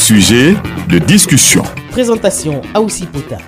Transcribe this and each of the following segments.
Sujet de discussion. Présentation Aoussi Pota.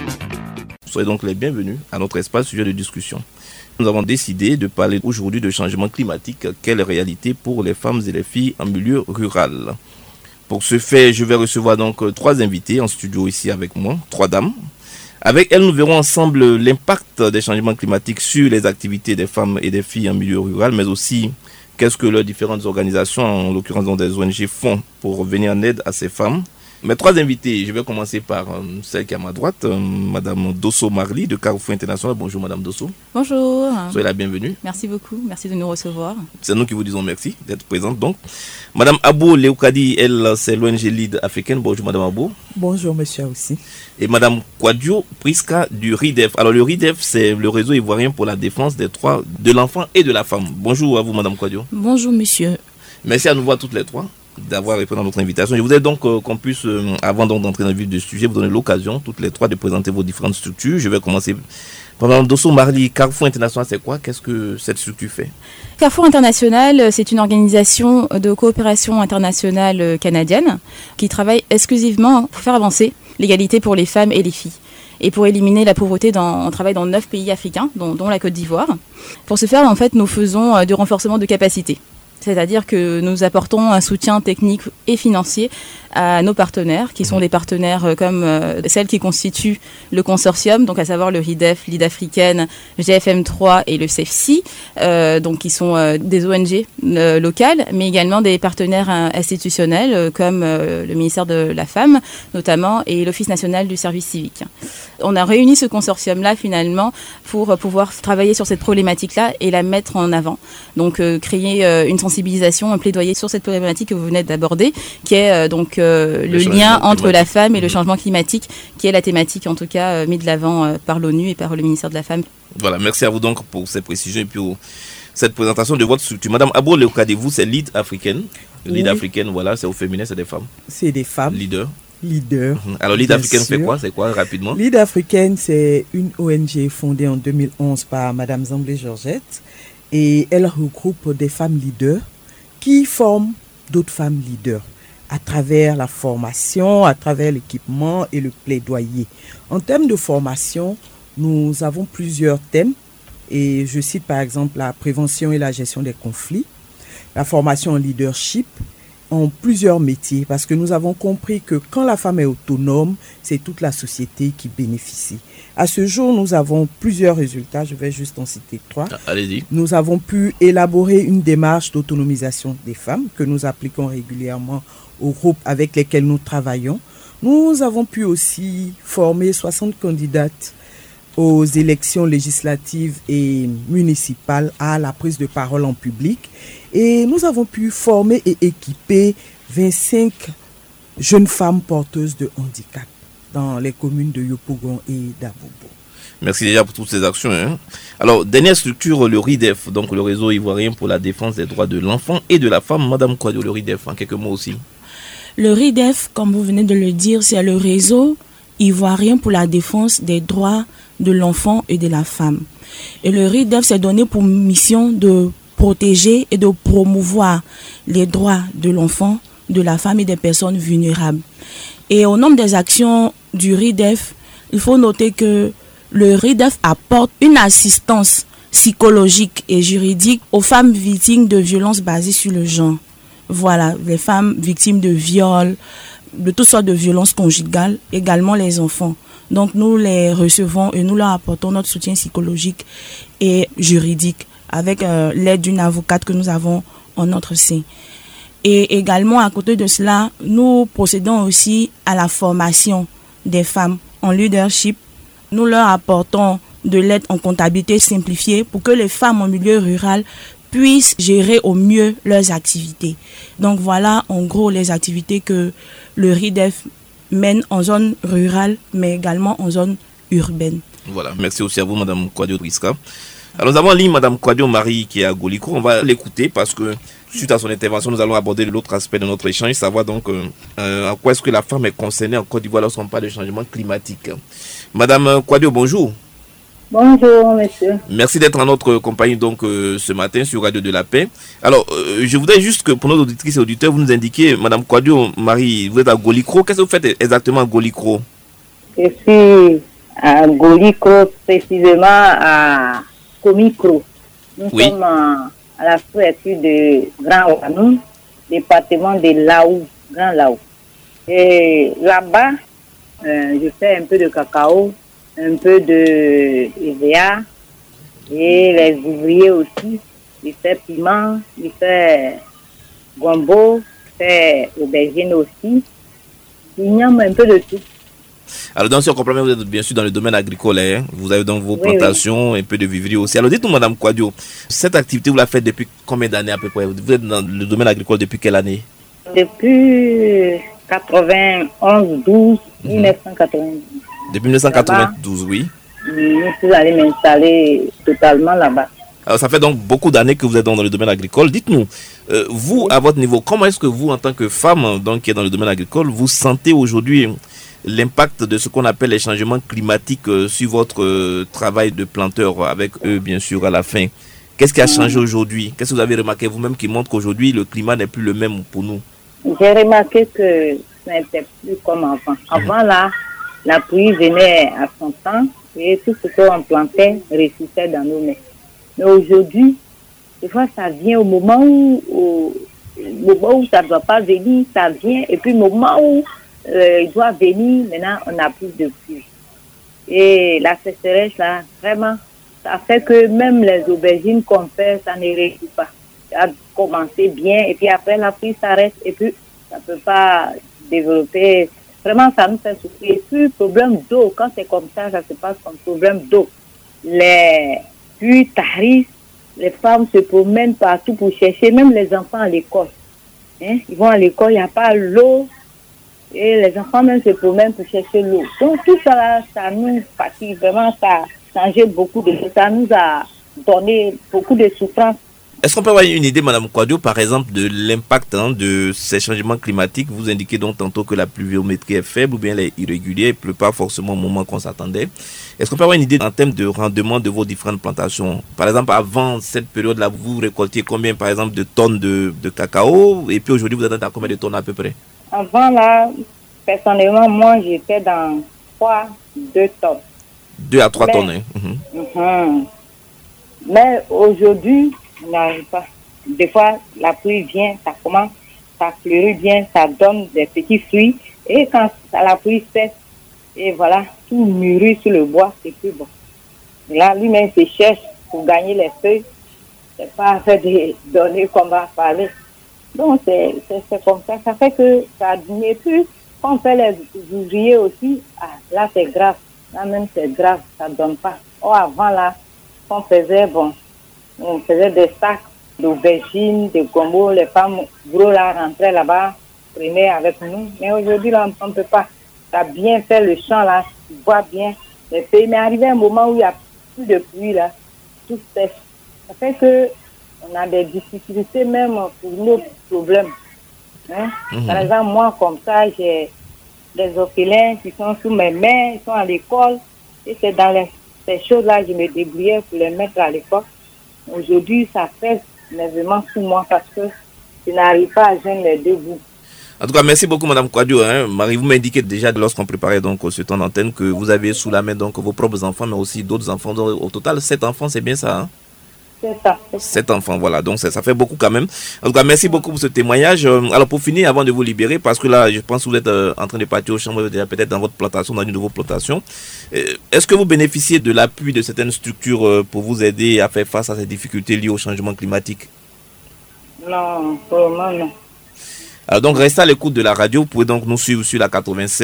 Soyez donc les bienvenus à notre espace sujet de discussion. Nous avons décidé de parler aujourd'hui de changement climatique, quelle réalité pour les femmes et les filles en milieu rural. Pour ce faire, je vais recevoir donc 3 invités en studio ici avec moi, 3 dames. Avec elles, nous verrons ensemble l'impact des changements climatiques sur les activités des femmes et des filles en milieu rural, mais aussi qu'est-ce que leurs différentes organisations, en l'occurrence donc des ONG, font pour venir en aide à ces femmes. Mes 3 invités, je vais commencer par celle qui est à ma droite, Madame Dosso Marly de Carrefour International. Bonjour Madame Dosso. Bonjour. Soyez la bienvenue. Merci beaucoup, merci de nous recevoir. C'est nous qui vous disons merci d'être présente donc. Madame Abou Leoukadi, elle c'est l'ONG Lead africaine. Bonjour Madame Abou. Bonjour Monsieur Aoussi. Et Madame Kwadio Priska du RIDEF. Alors le RIDEF, c'est le réseau ivoirien pour la défense des droits de l'enfant et de la femme. Bonjour à vous Madame Kwadio. Bonjour Monsieur. Merci à nous voir toutes les 3 d'avoir répondu à notre invitation. Je voudrais donc qu'on puisse, avant donc d'entrer dans le vif du sujet, vous donner l'occasion, toutes les 3, de présenter vos différentes structures. Je vais commencer par Mme Dosso Marly. Carrefour International, c'est quoi? Qu'est-ce que cette structure fait? Carrefour International, c'est une organisation de coopération internationale canadienne qui travaille exclusivement pour faire avancer l'égalité pour les femmes et les filles. Et pour éliminer la pauvreté, on travaille dans 9 pays africains, dont la Côte d'Ivoire. Pour ce faire, en fait, nous faisons du renforcement de capacités. C'est-à-dire que nous apportons un soutien technique et financier à nos partenaires, qui sont des partenaires comme celles qui constituent le consortium, donc à savoir le RIDEF, Lead africaine, GFM3 et le CEFSI, donc qui sont des ONG locales, mais également des partenaires institutionnels comme le ministère de la Femme, notamment, et l'Office national du service civique. On a réuni ce consortium-là, finalement, pour pouvoir travailler sur cette problématique-là et la mettre en avant. Donc, créer une sensibilisation, un plaidoyer sur cette problématique que vous venez d'aborder, qui est le lien entre la femme et le changement climatique, qui est la thématique en tout cas mise de l'avant par l'ONU et par le ministère de la Femme. Voilà, merci à vous donc pour ces précisions et puis cette présentation de votre structure. Madame Abou Leoukadi, vous c'est Lead africaine. Lead africaine, voilà, c'est au féminin, c'est des femmes. C'est des femmes. Leader. Alors Lead africaine fait quoi? C'est quoi rapidement? Lead africaine, c'est une ONG fondée en 2011 par Madame Zamblé Georgette et elle regroupe des femmes leaders qui forment d'autres femmes leaders à travers la formation, à travers l'équipement et le plaidoyer. En termes de formation, nous avons plusieurs thèmes et je cite par exemple la prévention et la gestion des conflits, la formation en leadership, en plusieurs métiers, parce que nous avons compris que quand la femme est autonome, c'est toute la société qui bénéficie. À ce jour, nous avons plusieurs résultats, je vais juste en citer 3. Allez-y. Nous avons pu élaborer une démarche d'autonomisation des femmes que nous appliquons régulièrement aux groupes avec lesquels nous travaillons. Nous avons pu aussi former 60 candidates aux élections législatives et municipales à la prise de parole en public. Et nous avons pu former et équiper 25 jeunes femmes porteuses de handicap dans les communes de Yopougon et d'Abobo. Merci déjà pour toutes ces actions. Alors, dernière structure, le RIDEF, donc le réseau ivoirien pour la défense des droits de l'enfant et de la femme. Madame Kwadio, le RIDEF, en quelques mots aussi. Le RIDEF, comme vous venez de le dire, c'est le réseau ivoirien pour la défense des droits de l'enfant et de la femme. Et le RIDEF s'est donné pour mission de protéger et de promouvoir les droits de l'enfant, de la femme et des personnes vulnérables. Et au nombre des actions du RIDEF, il faut noter que le RIDEF apporte une assistance psychologique et juridique aux femmes victimes de violences basées sur le genre. Voilà, les femmes victimes de viols, de toutes sortes de violences conjugales, également les enfants. Donc nous les recevons et nous leur apportons notre soutien psychologique et juridique avec l'aide d'une avocate que nous avons en notre sein. Et également à côté de cela, nous procédons aussi à la formation des femmes en leadership. Nous leur apportons de l'aide en comptabilité simplifiée pour que les femmes en milieu rural puissent gérer au mieux leurs activités. Donc voilà en gros les activités que le RIDEF mène en zone rurale, mais également en zone urbaine. Voilà, merci aussi à vous, Madame Kwadio Priska. Alors nous avons en ligne Madame Kwadio Marly qui est à Goliko. On va l'écouter parce que suite à son intervention, nous allons aborder l'autre aspect de notre échange, savoir donc à quoi est-ce que la femme est concernée en Côte d'Ivoire lorsqu'on parle de changement climatique. Madame Kwadio, bonjour. Bonjour, monsieur. Merci d'être en notre compagnie donc ce matin sur Radio de la Paix. Alors, je voudrais juste que pour nos auditrices et auditeurs, vous nous indiquiez, Madame Kouadio Marie, vous êtes à Golikro. Qu'est-ce que vous faites exactement à Golikro? Je suis à Golikro, précisément à Komikro. Nous sommes à la préfecture de Grand Ouanou, département de Laou, Grand Laou. Et là-bas, je fais un peu de cacao, un peu de EVA et les ouvriers aussi. Je fais piment, je fais gombo, je fais aubergine aussi. Il y a un peu de tout. Alors, dans ce complément, vous êtes bien sûr dans le domaine agricole. Hein. Vous avez donc vos plantations, un peu de vivrier aussi. Alors, dites-nous, Madame Kouadio, cette activité, vous la faites depuis combien d'années à peu près? Vous êtes dans le domaine agricole depuis quelle année? Depuis 91-12, 1992. Depuis 1992, oui. Je suis allée m'installer totalement là-bas. Alors, ça fait donc beaucoup d'années que vous êtes dans le domaine agricole. Dites-nous, vous, à votre niveau, comment est-ce que vous, en tant que femme donc, qui est dans le domaine agricole, vous sentez aujourd'hui l'impact de ce qu'on appelle les changements climatiques sur votre travail de planteur avec eux, bien sûr, à la fin? Qu'est-ce qui a changé aujourd'hui? Qu'est-ce que vous avez remarqué vous-même qui montre qu'aujourd'hui, le climat n'est plus le même pour nous? J'ai remarqué que ce n'était plus comme avant. Avant, là, la pluie venait à son temps et tout ce qu'on plantait ressuscitait dans nos mains. Mais aujourd'hui, des fois, ça vient au moment où ça ne doit pas venir, ça vient. Et puis, au moment où il doit venir, maintenant, on n'a plus de pluie. Et la sécheresse, là, vraiment, ça fait que même les aubergines qu'on fait, ça ne réussit pas. Ça a commencé bien, et puis après, la pluie s'arrête, et puis, ça ne peut pas développer. Vraiment, ça nous fait souffrir. Et puis, problème d'eau, quand c'est comme ça se passe comme problème d'eau. Les puits tarissent, les femmes se promènent partout pour chercher, même les enfants à l'école. Hein? Ils vont à l'école, il n'y a pas l'eau, et les enfants même se promènent pour chercher l'eau. Donc, tout ça, là, ça nous fatigue. Vraiment, ça a changé beaucoup de choses. Ça nous a donné beaucoup de souffrance. Est-ce qu'on peut avoir une idée, Madame Kouadio, par exemple, de l'impact de ces changements climatiques? Vous indiquez donc tantôt que la pluviométrie est faible ou bien elle est irrégulière, il ne pleut pas forcément au moment qu'on s'attendait. Est-ce qu'on peut avoir une idée en termes de rendement de vos différentes plantations? Par exemple, avant cette période-là, vous récoltiez combien, par exemple, de tonnes de cacao? Et puis aujourd'hui, vous êtes à combien de tonnes à peu près? Avant, là, personnellement, moi, j'étais dans 2 tonnes. 2 à 3 tonnes, hein? Mais aujourd'hui, on n'arrive pas. Des fois, la pluie vient, ça commence, ça fleurit bien, ça donne des petits fruits. Et quand la pluie cesse, et voilà, tout mûrit sur le bois, c'est plus bon. Et là, lui-même se cherche pour gagner les feuilles. C'est pas avec des données qu'on va parler. Donc, c'est comme ça. Ça fait que ça diminue plus. Quand on fait les ouvriers aussi, là, c'est grave. Là, même, c'est grave. Ça ne donne pas. Oh, avant, là, on faisait des sacs d'aubergines, de gombo. Les femmes gros, là, rentraient là-bas, prenaient avec nous. Mais aujourd'hui, là, on ne peut pas. Ça a bien fait le champ, là. Tu vois bien les feuilles. Mais arrivé un moment où il n'y a plus de pluie, là, tout sèche. Ça fait que on a des difficultés même pour nos problèmes. Hein? Par exemple, moi, comme ça, j'ai des orphelins qui sont sous mes mains, ils sont à l'école. Et c'est dans ces choses-là que je me débrouillais pour les mettre à l'école. Aujourd'hui, ça fait vraiment sous moi parce que je n'arrive pas à joindre les deux bouts. En tout cas, merci beaucoup, Madame Kouadio. Marie, vous m'indiquez déjà lorsqu'on préparait donc ce temps d'antenne que vous avez sous la main donc vos propres enfants, mais aussi d'autres enfants. Donc, au total, 7 enfants, c'est bien ça, hein? C'est ça. 7 enfants, voilà. Donc, ça fait beaucoup quand même. En tout cas, merci beaucoup pour ce témoignage. Alors, pour finir, avant de vous libérer, parce que là, je pense que vous êtes en train de partir au champ, déjà peut-être dans votre plantation, dans une de vos plantations. Est-ce que vous bénéficiez de l'appui de certaines structures pour vous aider à faire face à ces difficultés liées au changement climatique? Non, pour le moment, non. Alors donc restez à l'écoute de la radio, vous pouvez donc nous suivre sur la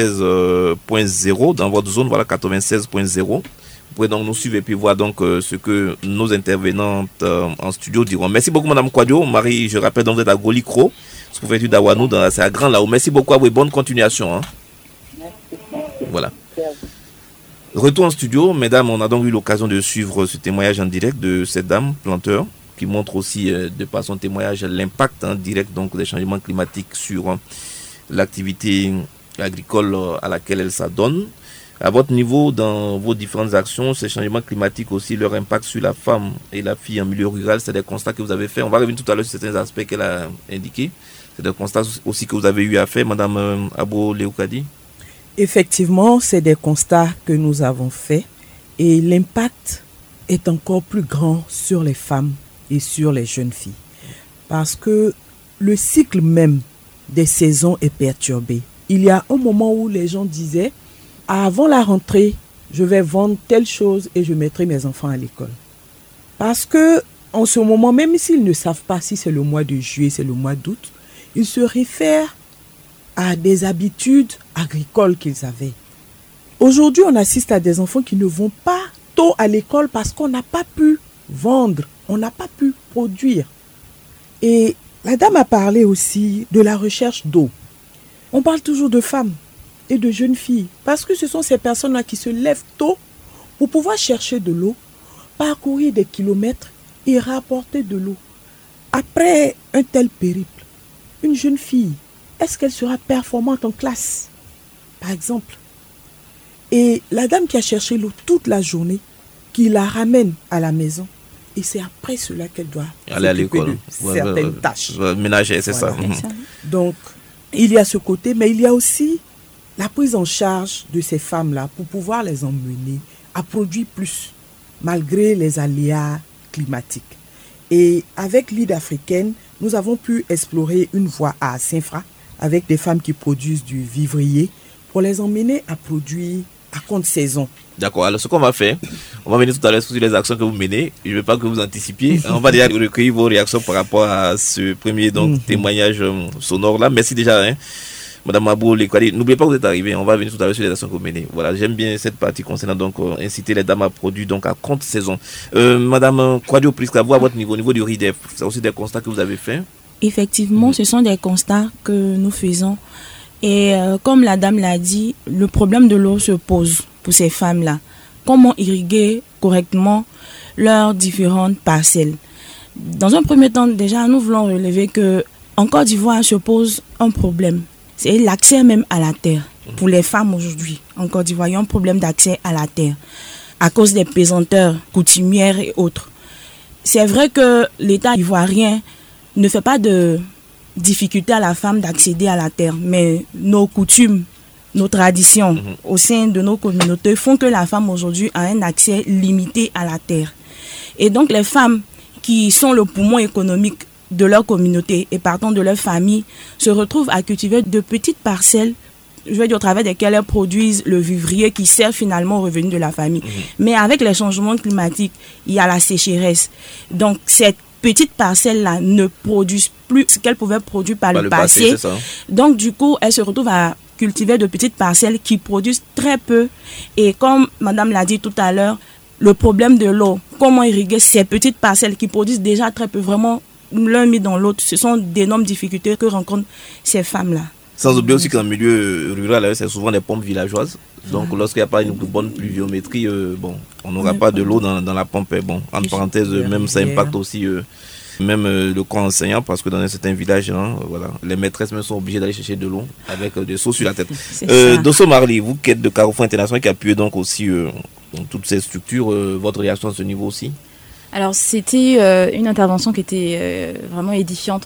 96.0 dans votre zone, voilà 96.0. Vous pouvez donc nous suivre et puis voir donc ce que nos intervenantes en studio diront. Merci beaucoup Madame Kouadio. Marie, je rappelle donc vous êtes à Golikro, sous-préfecture d'Awanou, c'est à Grand Laou. Merci beaucoup à vous et bonne continuation. Hein. Merci. Voilà. Retour en studio, mesdames, on a donc eu l'occasion de suivre ce témoignage en direct de cette dame planteur, qui montre aussi de par son témoignage l'impact direct donc des changements climatiques sur l'activité agricole à laquelle elle s'adonne. À votre niveau, dans vos différentes actions, ces changements climatiques aussi, leur impact sur la femme et la fille en milieu rural, c'est des constats que vous avez faits. On va revenir tout à l'heure sur certains aspects qu'elle a indiqués. C'est des constats aussi que vous avez eu à faire, Madame Abo Leoukadi. Effectivement, c'est des constats que nous avons faits et l'impact est encore plus grand sur les femmes et sur les jeunes filles. Parce que le cycle même des saisons est perturbé. Il y a un moment où les gens disaient avant la rentrée, je vais vendre telle chose et je mettrai mes enfants à l'école. Parce que en ce moment, même s'ils ne savent pas si c'est le mois de juillet, c'est le mois d'août, ils se réfèrent à des habitudes agricoles qu'ils avaient. Aujourd'hui, on assiste à des enfants qui ne vont pas tôt à l'école parce qu'on n'a pas pu vendre, on n'a pas pu produire. Et la dame a parlé aussi de la recherche d'eau. On parle toujours de femmes et de jeunes filles, parce que ce sont ces personnes-là qui se lèvent tôt pour pouvoir chercher de l'eau, parcourir des kilomètres et rapporter de l'eau. Après un tel périple, une jeune fille, est-ce qu'elle sera performante en classe, par exemple? Et la dame qui a cherché l'eau toute la journée, qui la ramène à la maison, et c'est après cela qu'elle doit aller à l'école, certaines tâches ménagères, c'est voilà. ça. Donc, il y a ce côté, mais il y a aussi la prise en charge de ces femmes-là pour pouvoir les emmener à produire plus, malgré les aléas climatiques. Et avec l'Aide africaine, nous avons pu explorer une voie à Saint-Fra, avec des femmes qui produisent du vivrier, pour les emmener à produire à compte saison. D'accord, alors ce qu'on va faire, on va venir tout à l'heure sur les actions que vous menez. Je ne veux pas que vous anticipiez. On va déjà recueillir vos réactions par rapport à ce premier témoignage sonore là. Merci déjà, Madame Abo Leoukadi. N'oubliez pas que vous êtes arrivés. On va venir tout à l'heure sur les actions que vous menez. Voilà, j'aime bien cette partie concernant donc inciter les dames à produire donc à compte saison. Madame Kwadio Priska, vous à votre niveau, au niveau du RIDEF, c'est aussi des constats que vous avez faits? Effectivement, ce sont des constats que nous faisons. Et comme la dame l'a dit, le problème de l'eau se pose pour ces femmes-là. Comment irriguer correctement leurs différentes parcelles? Dans un premier temps, déjà, nous voulons relever qu'en Côte d'Ivoire se pose un problème. C'est l'accès même à la terre. Pour les femmes aujourd'hui, en Côte d'Ivoire, il y a un problème d'accès à la terre à cause des pesanteurs coutumières et autres. C'est vrai que l'État ivoirien ne fait pas de difficulté à la femme d'accéder à la terre, mais nos coutumes, nos traditions au sein de nos communautés font que la femme aujourd'hui a un accès limité à la terre. Et donc les femmes qui sont le poumon économique de leur communauté et partant de leur famille se retrouvent à cultiver de petites parcelles, je veux dire au travers desquelles elles produisent le vivrier qui sert finalement au revenu de la famille. Mais avec les changements climatiques, il y a la sécheresse. Donc cette petites parcelles-là ne produisent plus ce qu'elles pouvaient produire par le passé. Donc, du coup, elles se retrouvent à cultiver de petites parcelles qui produisent très peu. Et comme Madame l'a dit tout à l'heure, le problème de l'eau, comment irriguer ces petites parcelles qui produisent déjà très peu, vraiment l'un mis dans l'autre, ce sont d'énormes difficultés que rencontrent ces femmes-là. Sans oublier aussi qu'en milieu rural, c'est souvent des pompes villageoises. Donc, lorsqu'il n'y a pas une bonne pluviométrie, on n'aura pas de l'eau dans la pompe. En parenthèse, même ça impacte aussi même le corps enseignant, parce que dans un certain village, les maîtresses même sont obligées d'aller chercher de l'eau avec des seaux sur la tête. Dosso Marley, vous qui êtes de Carrefour International, qui appuyez donc aussi toutes ces structures, votre réaction à ce niveau aussi? Alors, c'était une intervention qui était vraiment édifiante.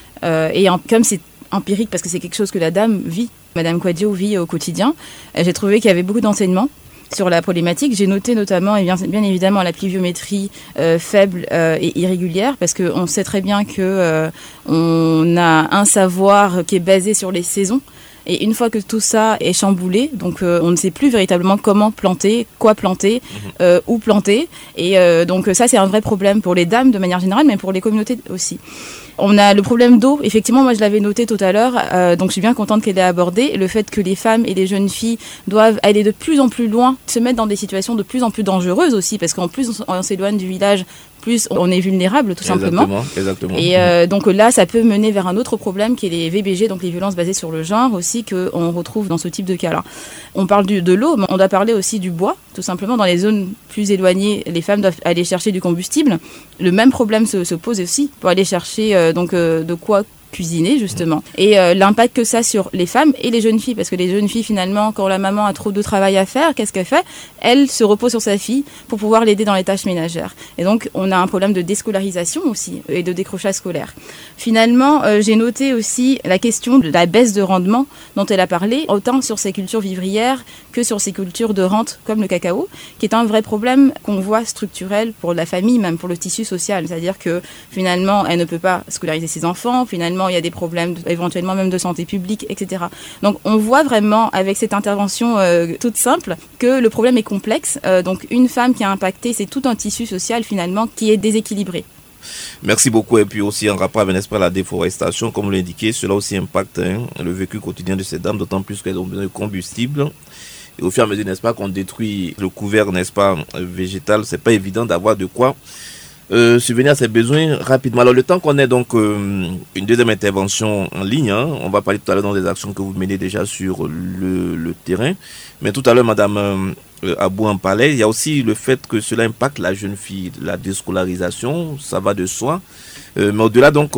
Comme c'est empirique, parce que c'est quelque chose que la dame vit, Madame Kwadio vit au quotidien, j'ai trouvé qu'il y avait beaucoup d'enseignements sur la problématique. J'ai noté notamment, et bien évidemment, la pluviométrie faible et irrégulière, parce qu'on sait très bien qu'on a un savoir qui est basé sur les saisons. Et une fois que tout ça est chamboulé, donc on ne sait plus véritablement comment planter, quoi planter, où planter. Et donc ça, c'est un vrai problème pour les dames de manière générale, mais pour les communautés aussi. On a le problème d'eau. Effectivement, moi, je l'avais noté tout à l'heure, donc je suis bien contente qu'elle ait abordé. Le fait que les femmes et les jeunes filles doivent aller de plus en plus loin, se mettre dans des situations de plus en plus dangereuses aussi, parce qu'en plus, on s'éloigne du village, plus on est vulnérable, tout simplement. Exactement. Et donc là, ça peut mener vers un autre problème qui est les VBG, donc les violences basées sur le genre aussi, qu'on retrouve dans ce type de cas-là. On parle de l'eau, mais on doit parler aussi du bois, tout simplement. Dans les zones plus éloignées, les femmes doivent aller chercher du combustible. Le même problème se pose aussi pour aller chercher de quoi cuisiner justement. Et l'impact que ça sur les femmes et les jeunes filles, parce que les jeunes filles finalement, quand la maman a trop de travail à faire, qu'est-ce qu'elle fait? Elle se repose sur sa fille pour pouvoir l'aider dans les tâches ménagères. Et donc on a un problème de déscolarisation aussi et de décrochage scolaire. Finalement, j'ai noté aussi la question de la baisse de rendement dont elle a parlé, autant sur ces cultures vivrières que sur ces cultures de rente comme le cacao, qui est un vrai problème qu'on voit structurel pour la famille, même pour le tissu social. C'est-à-dire que finalement, elle ne peut pas scolariser ses enfants, finalement, il y a des problèmes éventuellement même de santé publique, etc. Donc on voit vraiment avec cette intervention toute simple que le problème est complexe. Donc une femme qui est impactée, c'est tout un tissu social finalement qui est déséquilibré. Merci beaucoup. Et puis aussi en rapport avec, n'est-ce pas, la déforestation, comme vous l'indiquez, cela aussi impacte le vécu quotidien de ces dames, d'autant plus qu'elles ont besoin de combustible. Et au fur et à mesure, n'est-ce pas, qu'on détruit le couvert, n'est-ce pas, végétal, c'est pas évident d'avoir de quoi subvenir à ses besoins rapidement. Alors le temps qu'on ait donc une deuxième intervention en ligne, on va parler tout à l'heure dans des actions que vous menez déjà sur le terrain, mais tout à l'heure Madame Abou en parlait, il y a aussi le fait que cela impacte la jeune fille, la déscolarisation, ça va de soi, mais au-delà donc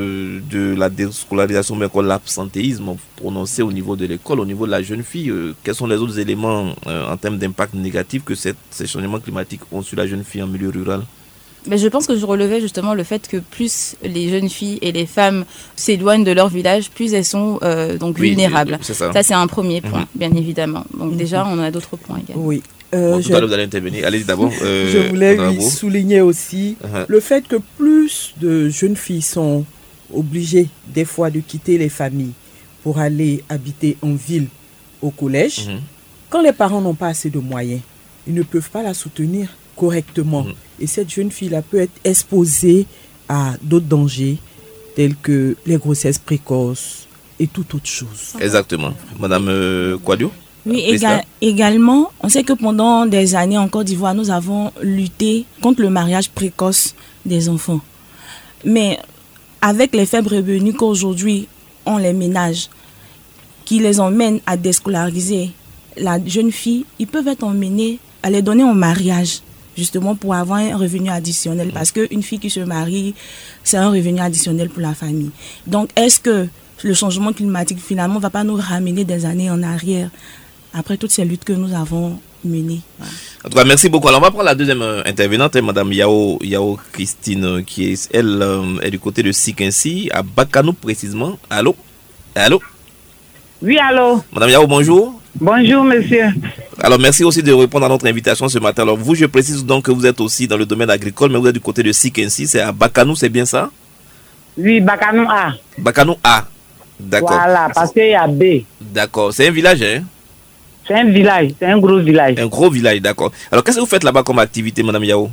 de la déscolarisation, mais comme l'absentéisme prononcé au niveau de l'école, au niveau de la jeune fille, quels sont les autres éléments en termes d'impact négatif que ces changements climatiques ont sur la jeune fille en milieu rural? Mais je pense que je relevais justement le fait que plus les jeunes filles et les femmes s'éloignent de leur village, plus elles sont donc vulnérables. C'est ça. Ça, c'est un premier point, bien évidemment. Donc déjà, on a d'autres points également. Oui. Tout à l'heure, vous allez intervenir. Allez-y d'abord. Je voulais souligner aussi le fait que plus de jeunes filles sont obligées des fois de quitter les familles pour aller habiter en ville, au collège. Quand les parents n'ont pas assez de moyens, ils ne peuvent pas la soutenir correctement. Et cette jeune fille-là peut être exposée à d'autres dangers tels que les grossesses précoces et toute autre chose. Exactement. Madame Kouadio? Oui, également, on sait que pendant des années en Côte d'Ivoire, nous avons lutté contre le mariage précoce des enfants. Mais avec les faibles revenus qu'aujourd'hui ont les ménages, qui les emmènent à déscolariser la jeune fille, ils peuvent être emmenés à les donner en mariage, justement pour avoir un revenu additionnel. Parce qu'une fille qui se marie, c'est un revenu additionnel pour la famille. Donc, est-ce que le changement climatique, finalement, ne va pas nous ramener des années en arrière, après toutes ces luttes que nous avons menées? Voilà. En tout cas, merci beaucoup. Alors, on va prendre la deuxième intervenante, Madame Yao Christine, qui est, elle, est du côté de Sikinsi, à Bakanou précisément. Allô? Allô? Oui, allô? Madame Yao, bonjour. Bonjour, monsieur. Alors, merci aussi de répondre à notre invitation ce matin. Alors, vous, je précise donc que vous êtes aussi dans le domaine agricole, mais vous êtes du côté de Sikinsi, c'est à Bakanou, c'est bien ça? Oui, Bakanou A. Bakanou A. D'accord. Voilà, parce qu'il y a B. D'accord. C'est un village, hein? C'est un village, c'est un gros village. Un gros village, d'accord. Alors, qu'est-ce que vous faites là-bas comme activité, Madame Yao?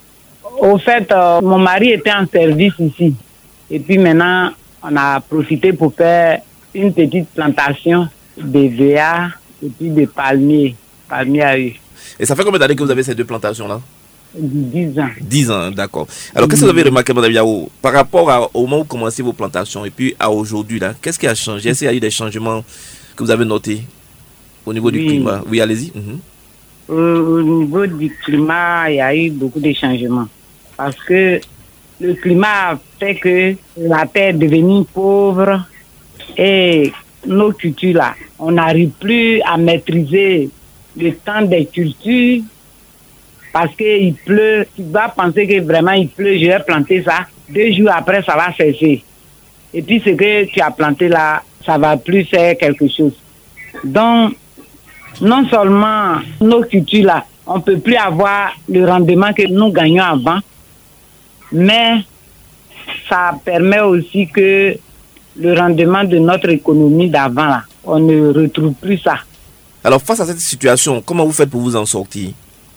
Au fait, mon mari était en service ici. Et puis maintenant, on a profité pour faire une petite plantation de VA et puis de palmiers à eux. Et ça fait combien d'années que vous avez ces deux plantations-là? 10 ans. 10 ans, d'accord. Alors, qu'est-ce que vous avez remarqué, Madame Yao, par rapport au moment où vous commencez vos plantations et puis à aujourd'hui, là, qu'est-ce qui a changé? Est-ce qu'il y a eu des changements que vous avez notés au niveau du climat? Oui, allez-y. Au niveau du climat, il y a eu beaucoup de changements. Parce que le climat a fait que la terre est devenue pauvre et nos cultures là, on n'arrive plus à maîtriser le temps des cultures parce qu'il pleut. Tu vas penser que vraiment il pleut, je vais planter ça. 2 jours après, ça va cesser. Et puis ce que tu as planté là, ça va plus faire quelque chose. Donc, non seulement nos cultures là, on ne peut plus avoir le rendement que nous gagnons avant, mais ça permet aussi que le rendement de notre économie d'avant, là, on ne retrouve plus ça. Alors, face à cette situation, comment vous faites pour vous en sortir?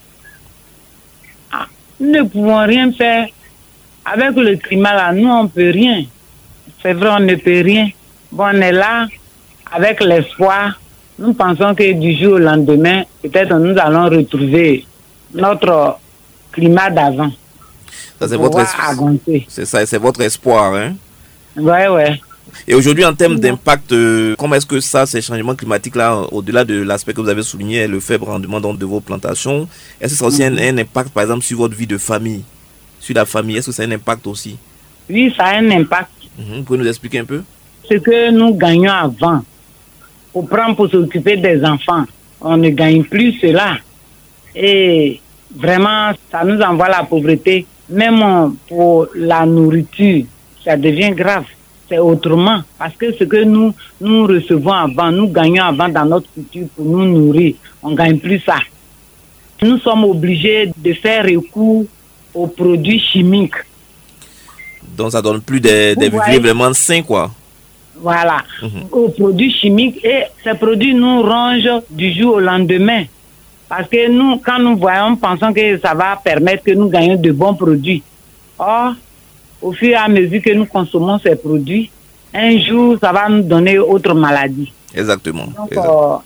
Nous ne pouvons rien faire. Avec le climat, là, nous, on ne peut rien. C'est vrai, on ne peut rien. Bon, on est là, avec l'espoir. Nous pensons que du jour au lendemain, peut-être nous allons retrouver notre climat d'avant. Ça, c'est votre espoir. C'est ça, c'est votre espoir, hein? Ouais. Et aujourd'hui, en termes d'impact, comment est-ce que ces changements climatiques-là, au-delà de l'aspect que vous avez souligné, le faible rendement de vos plantations, est-ce que ça a aussi un impact, par exemple, sur votre vie de famille, sur la famille? Est-ce que ça a un impact aussi? Oui, ça a un impact. Vous pouvez nous expliquer un peu? Ce que nous gagnions avant, pour s'occuper des enfants, on ne gagne plus cela. Et vraiment, ça nous envoie la pauvreté. Même pour la nourriture, ça devient grave. C'est autrement. Parce que ce que nous recevons avant, nous gagnons avant dans notre culture pour nous nourrir, on ne gagne plus ça. Nous sommes obligés de faire recours aux produits chimiques. Donc ça donne plus des vivriers vraiment sains, quoi. Voilà, aux produits chimiques. Et ces produits nous rongent du jour au lendemain. Parce que nous, quand nous voyons, pensons que ça va permettre que nous gagnions de bons produits. Or, au fur et à mesure que nous consommons ces produits, un jour, ça va nous donner autre maladie. Exactement. Donc, en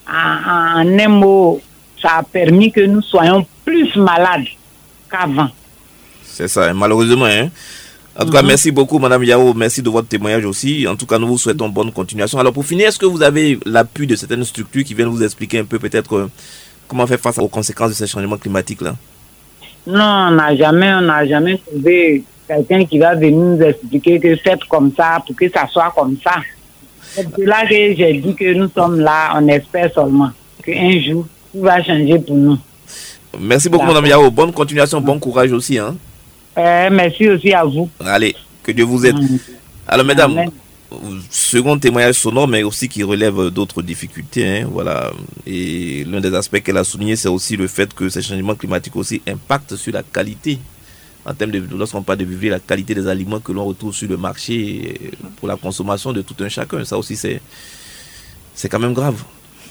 un mot, ça a permis que nous soyons plus malades qu'avant. C'est ça, malheureusement. En tout cas, merci beaucoup, Madame Yao. Merci de votre témoignage aussi. En tout cas, nous vous souhaitons bonne continuation. Alors, pour finir, est-ce que vous avez l'appui de certaines structures qui viennent vous expliquer un peu peut-être comment faire face aux conséquences de ces changements climatiques-là? Non, on n'a jamais trouvé quelqu'un qui va venir nous expliquer que faites comme ça pour que ça soit comme ça. C'est là que j'ai dit que nous sommes là, on espère seulement qu'un jour, tout va changer pour nous. Merci beaucoup, Madame Yao. Bonne continuation, bon courage aussi. Merci aussi à vous. Allez, que Dieu vous aide. Alors, mesdames, second témoignage sonore, mais aussi qui relève d'autres difficultés. Voilà. Et l'un des aspects qu'elle a souligné, c'est aussi le fait que ces changements climatiques aussi impactent sur la qualité, en termes de, lorsqu'on parle de vivre, la qualité des aliments que l'on retrouve sur le marché pour la consommation de tout un chacun. Ça aussi, c'est quand même grave.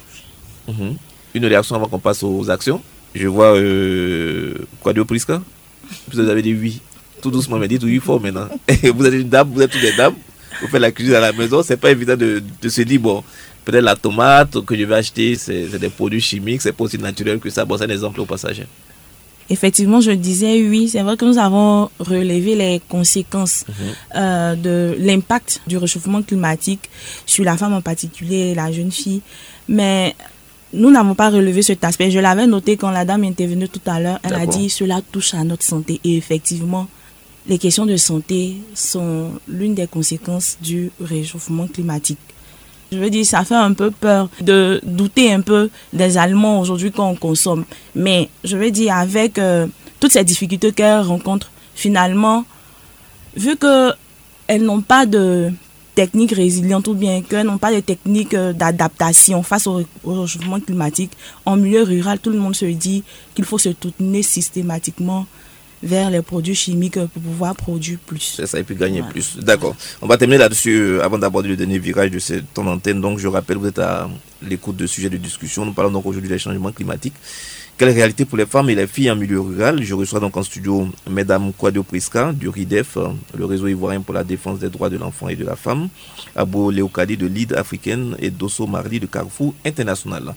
Une réaction avant qu'on passe aux actions. Je vois Kwadio Priska. Vous avez dit oui. Tout doucement, mais dites oui fort maintenant. Vous êtes une dame, vous êtes toutes des dames. Vous faites la cuisine à la maison. C'est pas évident de se dire, bon, peut-être la tomate que je vais acheter, c'est des produits chimiques, c'est pas aussi naturel que ça. Bon, c'est un exemple au passage. Effectivement, je disais oui. C'est vrai que nous avons relevé les conséquences de l'impact du réchauffement climatique sur la femme en particulier et la jeune fille. Mais nous n'avons pas relevé cet aspect. Je l'avais noté quand la dame est intervenue tout à l'heure. Elle a dit cela touche à notre santé. Et effectivement, les questions de santé sont l'une des conséquences du réchauffement climatique. Je veux dire, ça fait un peu peur de douter un peu des aliments aujourd'hui qu'on consomme. Mais je veux dire, avec toutes ces difficultés qu'elles rencontrent, finalement, vu qu'elles n'ont pas de techniques résilientes ou bien qu'elles n'ont pas de techniques d'adaptation face au réchauffement climatique, en milieu rural, tout le monde se dit qu'il faut se tourner systématiquement vers les produits chimiques pour pouvoir produire plus. C'est ça, et puis gagner plus. D'accord. On va terminer là-dessus avant d'aborder le dernier virage de cette temps d'antenne. Donc, je rappelle, vous êtes à l'écoute de sujets de discussion. Nous parlons donc aujourd'hui des changements climatiques. Quelle réalité pour les femmes et les filles en milieu rural? Je reçois donc en studio Mesdames Kwadio Priska du RIDEF, le réseau ivoirien pour la défense des droits de l'enfant et de la femme, Abo Léocadi de Lead africaine et Dosso Marli de Carrefour International.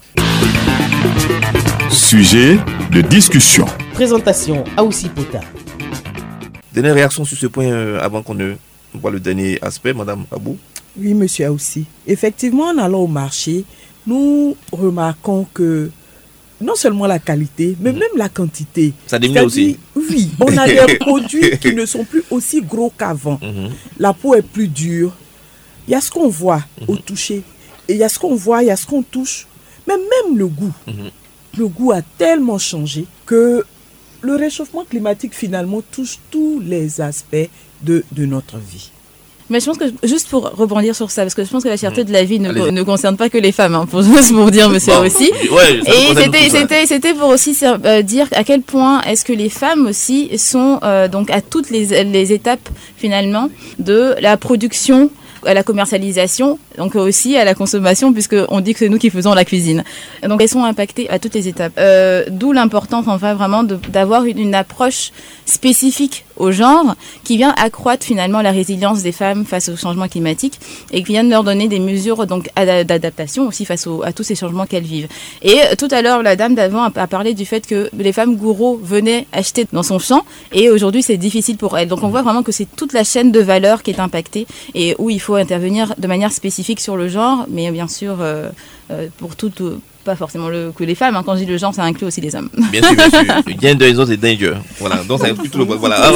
Sujet de discussion. Présentation Aoussi Pota. Dernière réaction sur ce point avant qu'on ne voit le dernier aspect, Madame Abou. Oui, monsieur Aoussi. Effectivement, en allant au marché, nous remarquons que non seulement la qualité, mais même la quantité. Ça diminue aussi. Oui, on a des produits qui ne sont plus aussi gros qu'avant. La peau est plus dure. Il y a ce qu'on voit au toucher. Et il y a ce qu'on voit, il y a ce qu'on touche. Mais même le goût. Le goût a tellement changé que le réchauffement climatique finalement touche tous les aspects de notre vie. Mais je pense que, juste pour rebondir sur ça, parce que je pense que la cherté de la vie ne concerne pas que les femmes, pour dire monsieur aussi. Ouais, et c'était pour aussi dire à quel point est-ce que les femmes aussi sont donc à toutes les étapes finalement de la production, à la commercialisation, donc aussi à la consommation, puisqu'on dit que c'est nous qui faisons la cuisine. Donc elles sont impactées à toutes les étapes. D'où l'importance enfin vraiment d'avoir une approche spécifique au genre qui vient accroître finalement la résilience des femmes face au changement climatique et qui vient de leur donner des mesures donc d'adaptation aussi face à tous ces changements qu'elles vivent. Et tout à l'heure, la dame d'avant a parlé du fait que les femmes gourous venaient acheter dans son champ et aujourd'hui c'est difficile pour elles. Donc on voit vraiment que c'est toute la chaîne de valeur qui est impactée et où il faut intervenir de manière spécifique spécifique sur le genre, mais bien sûr, pour toutes, pas forcément que les femmes. Quand je dis le genre, ça inclut aussi les hommes. Bien sûr, bien sûr. Gender is not a danger. Voilà, donc ça inclut tout le monde. Voilà.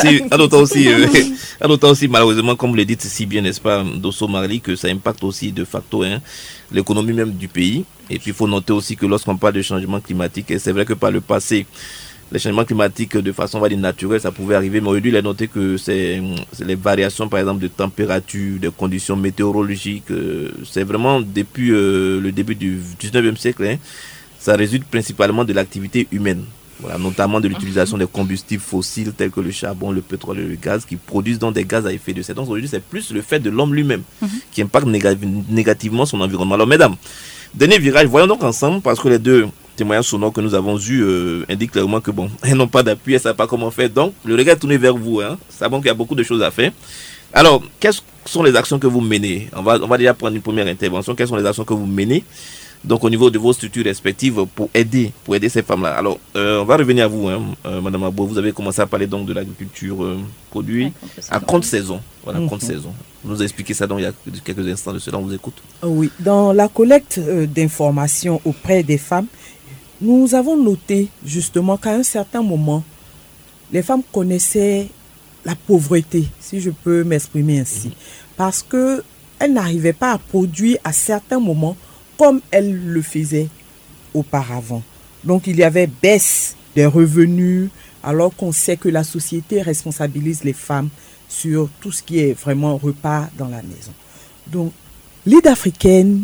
En autant aussi, malheureusement, comme vous le dites si bien, n'est-ce pas, Dosso Marley, que ça impacte aussi de facto l'économie même du pays. Et puis, il faut noter aussi que lorsqu'on parle de changement climatique, et c'est vrai que par le passé, les changements climatiques de façon, on va dire, naturelle, ça pouvait arriver, mais aujourd'hui, il a noté que c'est les variations, par exemple, de température, de conditions météorologiques, c'est vraiment depuis le début du 19e siècle, ça résulte principalement de l'activité humaine, voilà, notamment de l'utilisation des combustibles fossiles tels que le charbon, le pétrole et le gaz, qui produisent donc des gaz à effet de serre. Donc aujourd'hui, c'est plus le fait de l'homme lui-même qui impacte négativement son environnement. Alors, mesdames, dernier virage, voyons donc ensemble, parce que les deux témoignages sonores que nous avons eus indiquent clairement que bon, elles n'ont pas d'appui, elles ne savent pas comment faire. Donc, le regard est tourné vers vous. C'est bon qu'il y a beaucoup de choses à faire. Alors, quelles sont les actions que vous menez? On va déjà prendre une première intervention. Quelles sont les actions que vous menez donc au niveau de vos structures respectives pour aider ces femmes-là? Alors, on va revenir à vous, Madame Abo. Vous avez commencé à parler donc de l'agriculture produit à contre-saison. Voilà, contre-saison. Vous nous expliquez ça donc il y a quelques instants de cela. On vous écoute. Oui, dans la collecte d'informations auprès des femmes, nous avons noté justement qu'à un certain moment, les femmes connaissaient la pauvreté, si je peux m'exprimer ainsi, parce qu'elles n'arrivaient pas à produire à certains moments comme elles le faisaient auparavant. Donc il y avait baisse des revenus, alors qu'on sait que la société responsabilise les femmes sur tout ce qui est vraiment repas dans la maison. Donc l'Aide africaine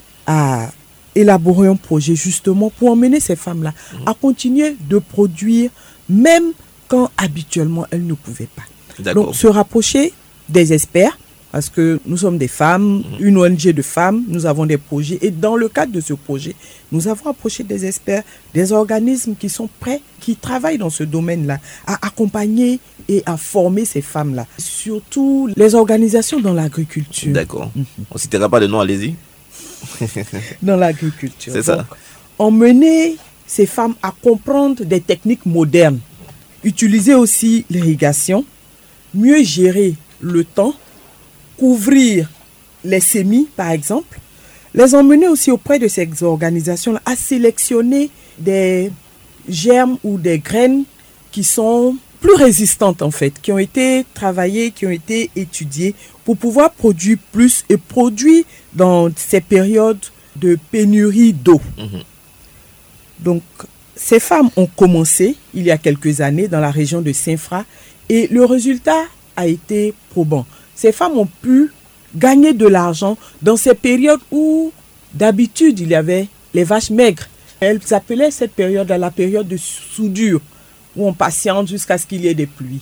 a élaborer un projet justement pour emmener ces femmes-là à continuer de produire même quand habituellement elles ne pouvaient pas. D'accord. Donc se rapprocher des experts, parce que nous sommes des femmes, une ONG de femmes, nous avons des projets et dans le cadre de ce projet, nous avons approché des experts, des organismes qui sont prêts, qui travaillent dans ce domaine-là, à accompagner et à former ces femmes-là. Surtout les organisations dans l'agriculture. D'accord. On ne citera pas de nom, allez-y. Dans l'agriculture. C'est ça. Emmener ces femmes à comprendre des techniques modernes, utiliser aussi l'irrigation, mieux gérer le temps, couvrir les semis par exemple, les emmener aussi auprès de ces organisations à sélectionner des germes ou des graines qui sont plus résistantes en fait, qui ont été travaillées, qui ont été étudiées pour pouvoir produire plus et produire dans ces périodes de pénurie d'eau. Donc, ces femmes ont commencé il y a quelques années dans la région de Saint-Fra et le résultat a été probant. Ces femmes ont pu gagner de l'argent dans ces périodes où d'habitude il y avait les vaches maigres. Elles appelaient cette période la période de soudure, où on patiente jusqu'à ce qu'il y ait des pluies.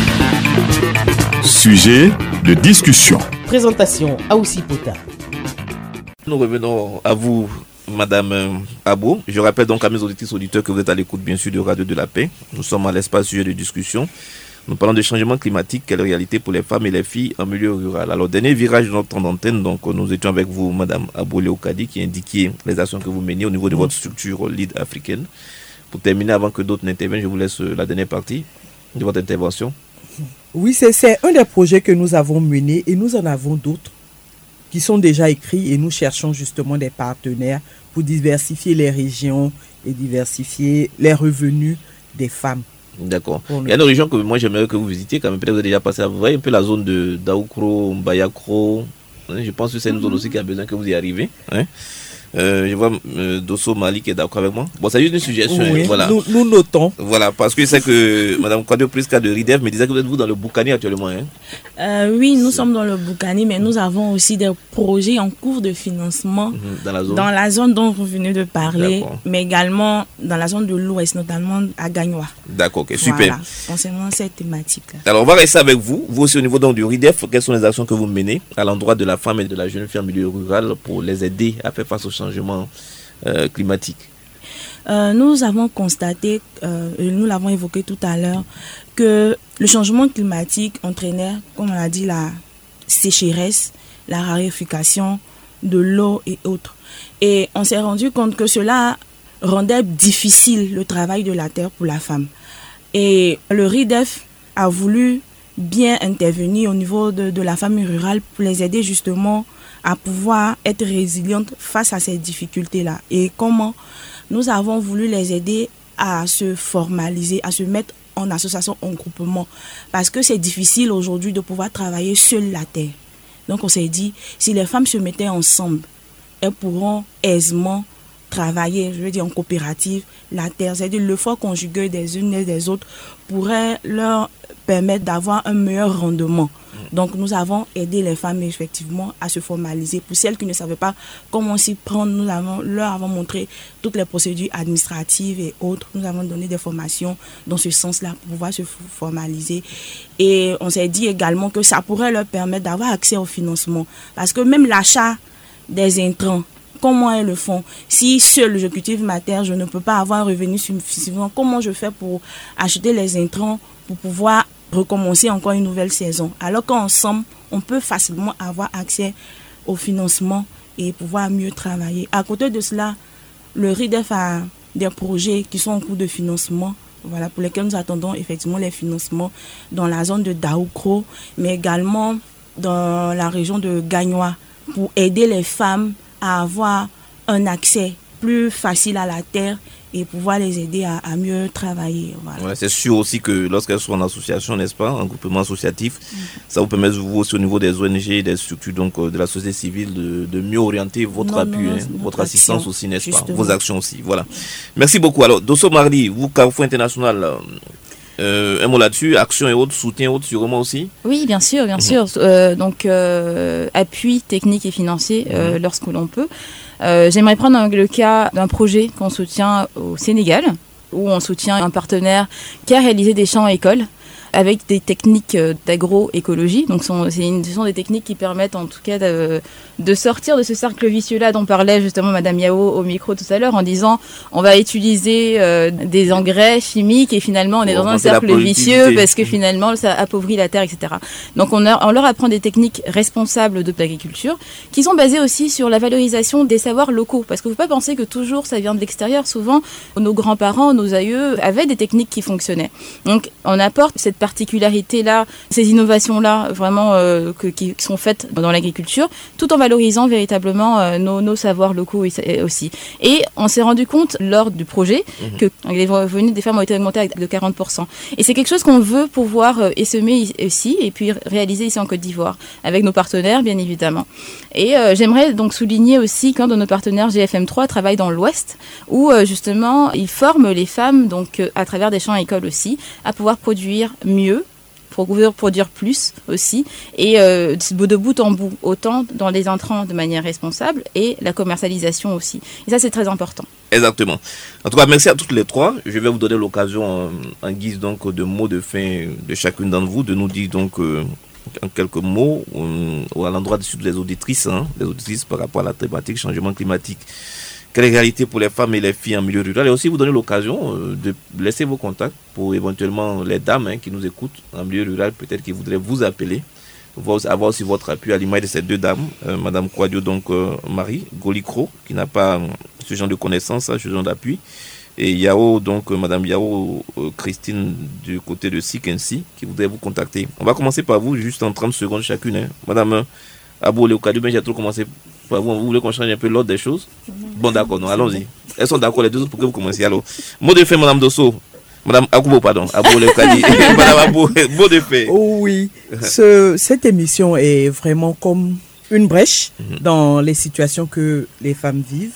Sujet de discussion. Présentation Aoussi Pota. Nous revenons à vous, Madame Abo. Je rappelle donc à mes auditeurs que vous êtes à l'écoute bien sûr de Radio de la Paix. Nous sommes à l'espace sujet de discussion. Nous parlons de changement climatique, quelle réalité pour les femmes et les filles en milieu rural. Alors, dernier virage de notre temps d'antenne, donc nous étions avec vous, Madame Abo Léocadi, qui indiquait les actions que vous menez au niveau de votre structure Lead africaine. Pour terminer, avant que d'autres n'interviennent, je vous laisse la dernière partie de votre intervention. Oui, c'est un des projets que nous avons mené et nous en avons d'autres qui sont déjà écrits et nous cherchons justement des partenaires pour diversifier les régions et diversifier les revenus des femmes. D'accord. Il y a une région que moi j'aimerais que vous visitiez quand même. Peut-être que vous avez déjà passé. Vous voyez un peu la zone de Daoukro, Mbayakro. Je pense que c'est une zone aussi qui a besoin que vous y arrivez. Je vois Dosso Mali qui est d'accord avec moi. Bon, c'est juste une suggestion. Oui, voilà. Nous notons. Voilà, parce que je sais que Mme Kwadio Priska de RIDEF me disait que vous êtes vous dans le Boukani actuellement. Oui, nous sommes dans le Boukani, mais nous avons aussi des projets en cours de financement dans la zone dont vous venez de parler, mais également dans la zone de l'Ouest, notamment à Gagnoa. D'accord, ok, super. Voilà, concernant cette thématique-là. Alors, on va rester avec vous. Vous aussi, au niveau donc, du RIDEF, quelles sont les actions que vous menez à l'endroit de la femme et de la jeune fille en milieu rural pour les aider à faire face au changement climatique? Nous avons constaté, nous l'avons évoqué tout à l'heure, que le changement climatique entraînait, comme on l'a dit, la sécheresse, la raréfaction de l'eau et autres. Et on s'est rendu compte que cela rendait difficile le travail de la terre pour la femme. Et le RIDEF a voulu bien intervenir au niveau de la famille rurale pour les aider justement à pouvoir être résilientes face à ces difficultés-là. Et comment nous avons voulu les aider à se formaliser, à se mettre en association, en groupement. Parce que c'est difficile aujourd'hui de pouvoir travailler seule la terre. Donc on s'est dit, si les femmes se mettaient ensemble, elles pourront aisément travailler, je veux dire en coopérative, la terre. C'est-à-dire l'effort conjugué des unes et des autres pourrait leur permettre d'avoir un meilleur rendement. Donc nous avons aidé les femmes effectivement à se formaliser. Pour celles qui ne savaient pas comment s'y prendre, leur avons montré toutes les procédures administratives et autres. Nous avons donné des formations dans ce sens-là pour pouvoir se formaliser. Et on s'est dit également que ça pourrait leur permettre d'avoir accès au financement. Parce que même l'achat des intrants, comment elles le font? Si seul je cultive ma terre, je ne peux pas avoir un revenu suffisant. Comment je fais pour acheter les intrants pour pouvoir recommencer encore une nouvelle saison? Alors qu'ensemble, on peut facilement avoir accès au financement et pouvoir mieux travailler. À côté de cela, le RIDEF a des projets qui sont en cours de financement, voilà, pour lesquels nous attendons effectivement les financements dans la zone de Daoukro, mais également dans la région de Gagnoa, pour aider les femmes à avoir un accès plus facile à la terre et pouvoir les aider à mieux travailler. Voilà. Ouais, c'est sûr aussi que lorsqu'elles sont en association, n'est-ce pas, en groupement associatif, ça vous permet, vous aussi au niveau des ONG, des structures donc, de la société civile, de mieux orienter votre appui, votre assistance aussi, n'est-ce pas, vos actions aussi. Voilà. Merci beaucoup. Alors, Dosso Mardi, vous, Carrefour International, un mot là-dessus, action et autres, soutien et autres, sûrement aussi? Oui, bien sûr, bien sûr. Donc, appui technique et financier lorsque l'on peut. J'aimerais prendre le cas d'un projet qu'on soutient au Sénégal, où on soutient un partenaire qui a réalisé des champs écoles avec des techniques d'agroécologie. Donc, ce sont des techniques qui permettent en tout cas de sortir de ce cercle vicieux-là dont parlait justement Madame Yao au micro tout à l'heure, en disant on va utiliser des engrais chimiques et finalement on est dans un cercle vicieux parce que finalement ça appauvrit la terre, etc. Donc on leur apprend des techniques responsables de l'agriculture qui sont basées aussi sur la valorisation des savoirs locaux. Parce qu'il ne faut pas penser que toujours ça vient de l'extérieur. Souvent, nos grands-parents, nos aïeux avaient des techniques qui fonctionnaient. Donc on apporte cette particularité-là, ces innovations-là vraiment qui sont faites dans l'agriculture, tout en valorisant véritablement nos savoirs locaux aussi. Et on s'est rendu compte lors du projet que les revenus des femmes ont été augmentés de 40%. Et c'est quelque chose qu'on veut pouvoir essaimer ici et puis réaliser ici en Côte d'Ivoire, avec nos partenaires bien évidemment. Et j'aimerais donc souligner aussi qu'un de nos partenaires, GFM3, travaille dans l'Ouest, où justement ils forment les femmes, donc à travers des champs écoles aussi, à pouvoir produire mieux, pour produire plus aussi, et de bout en bout, autant dans les intrants de manière responsable et la commercialisation aussi. Et ça, c'est très important. Exactement. En tout cas, merci à toutes les trois. Je vais vous donner l'occasion, en guise donc de mots de fin de chacune d'entre vous, de nous dire donc en quelques mots à l'endroit de les auditrices, les auditrices par rapport à la thématique changement climatique. Quelle est la réalité pour les femmes et les filles en milieu rural? Et aussi vous donner l'occasion de laisser vos contacts pour éventuellement les dames qui nous écoutent en milieu rural, peut-être qui voudraient vous appeler, avoir aussi votre appui à l'image de ces deux dames, Madame Kouadio, donc Marie Golikro, qui n'a pas ce genre de connaissances, ce genre d'appui, et Yao, donc Madame Yao Christine du côté de Sikensi, qui voudrait vous contacter. On va commencer par vous, juste en 30 secondes chacune. Madame Abou Léocadou, mais j'ai trop commencé par vous. Vous voulez qu'on change un peu l'ordre des choses? Bon, d'accord, non, allons-y. Elles sont d'accord les deux autres pour que vous commenciez. Alors, mot de fait, Madame Dosso. Madame Akoubo, pardon. Abou Léocadou. Madame Abou, mot de fait. Oh oui, cette émission est vraiment comme une brèche dans les situations que les femmes vivent.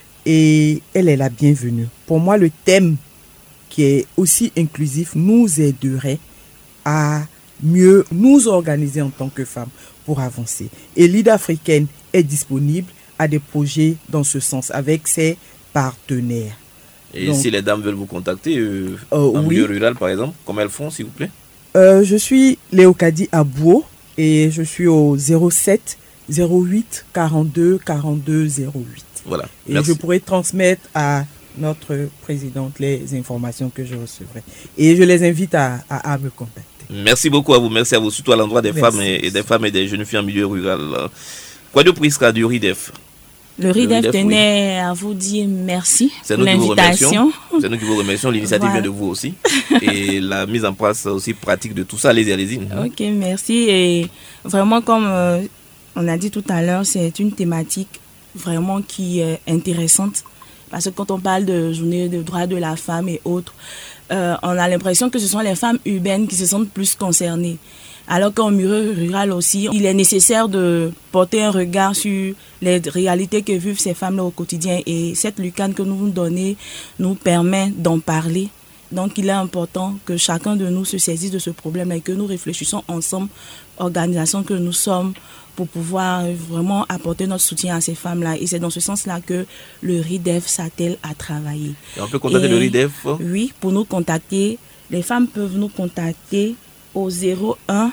Et elle est la bienvenue. Pour moi, le thème qui est aussi inclusif nous aiderait à mieux nous organiser en tant que femmes pour avancer. Et l'Aide africaine est disponible à des projets dans ce sens avec ses partenaires. Et donc, si les dames veulent vous contacter en milieu rural par exemple, comment elles font s'il vous plaît? Je suis Léocadie Abouo et je suis au 07 08 42 42 08. Voilà. Et je pourrais transmettre à notre présidente les informations que je recevrai. Et je les invite à me contacter. Merci beaucoup à vous, surtout à l'endroit des femmes et des jeunes filles en milieu rural. Kouadio Priska du RIDEF. Le RIDEF tenait à vous dire merci pour l'invitation. C'est nous qui vous remercions. L'initiative vient de vous aussi. Et la mise en place aussi pratique de tout ça. Allez-y. Ok, merci. Et vraiment, comme On a dit tout à l'heure, c'est une thématique vraiment qui est intéressante. Parce que quand on parle de journée de droits de la femme et autres, on a l'impression que ce sont les femmes urbaines qui se sentent plus concernées. Alors qu'en milieu rural aussi, il est nécessaire de porter un regard sur les réalités que vivent ces femmes-là au quotidien. Et cette lucane que nous donnons nous permet d'en parler. Donc il est important que chacun de nous se saisisse de ce problème et que nous réfléchissons ensemble, organisation que nous sommes, pour pouvoir vraiment apporter notre soutien à ces femmes-là. Et c'est dans ce sens-là que le RIDEF s'attelle à travailler. Et on peut contacter le RIDEF? Oui, pour nous contacter, les femmes peuvent nous contacter au 01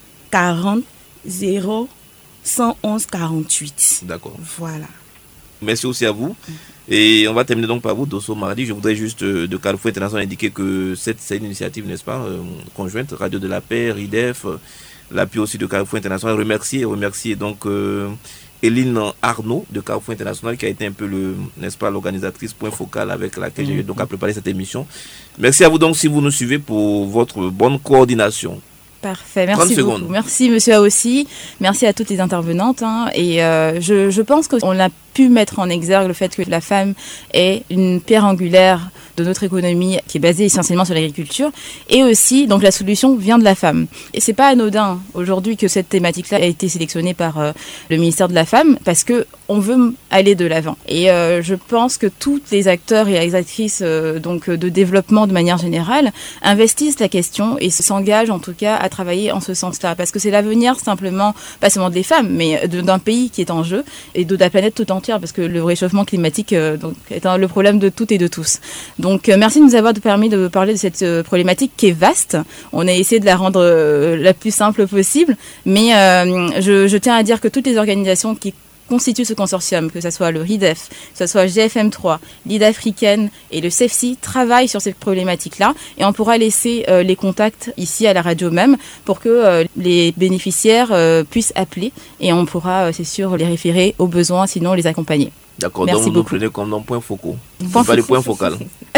40 0 111 48. D'accord. Voilà. Merci aussi à vous. Et on va terminer donc par vous, Dosso Marly. Je voudrais juste de Carrefour International indiquer que c'est une initiative, n'est-ce pas, conjointe, Radio de la Paix, RIDEF, l'appui aussi de Carrefour International. Remercier donc Eline Arnaud de Carrefour International qui a été un peu l'organisatrice point focal avec laquelle j'ai donc à préparer cette émission. Merci à vous donc si vous nous suivez pour votre bonne coordination. Parfait, merci beaucoup. Merci monsieur Aossi, merci à toutes les intervenantes. Et je pense qu'on a pu mettre en exergue le fait que la femme est une pierre angulaire de notre économie qui est basée essentiellement sur l'agriculture, et aussi donc la solution vient de la femme. Et c'est pas anodin aujourd'hui que cette thématique-là a été sélectionnée par le ministère de la Femme, parce que on veut aller de l'avant. Et je pense que tous les acteurs et les actrices donc de développement de manière générale investissent la question et s'engagent en tout cas à travailler en ce sens-là, parce que c'est l'avenir simplement, pas seulement des femmes, mais d'un pays qui est en jeu et de la planète tout entière, parce que le réchauffement climatique donc, est le problème de toutes et de tous. Donc merci de nous avoir permis de parler de cette problématique qui est vaste. On a essayé de la rendre la plus simple possible, mais je tiens à dire que toutes les organisations qui constituent ce consortium, que ce soit le RIDEF, que ce soit GFM3, l'IDA africaine et le CEFSI, travaillent sur cette problématique-là, et on pourra laisser les contacts ici à la radio même pour que les bénéficiaires puissent appeler, et on pourra, c'est sûr, les référer aux besoins, sinon les accompagner. D'accord, donc vous nous prenez comme dans point focaux, pas le point focal.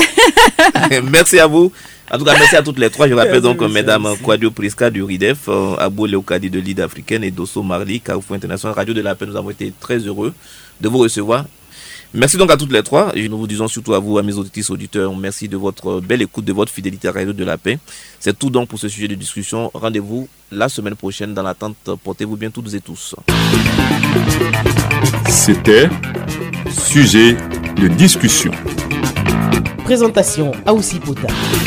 Merci à vous. En tout cas, merci à toutes les trois. Je rappelle donc mesdames Kouadio Priska du RIDEF, Abou Léocadi de l'IDA africaine et Dosso Marly, Carrefour International, Radio de la Paix. Nous avons été très heureux de vous recevoir. Merci donc à toutes les trois. Et nous vous disons surtout à vous, à mes auditrices, auditeurs, merci de votre belle écoute, de votre fidélité à Radio de la Paix. C'est tout donc pour ce sujet de discussion. Rendez-vous la semaine prochaine. Dans l'attente, portez-vous bien toutes et tous. C'était Sujet de discussion. Présentation Aossi Pota.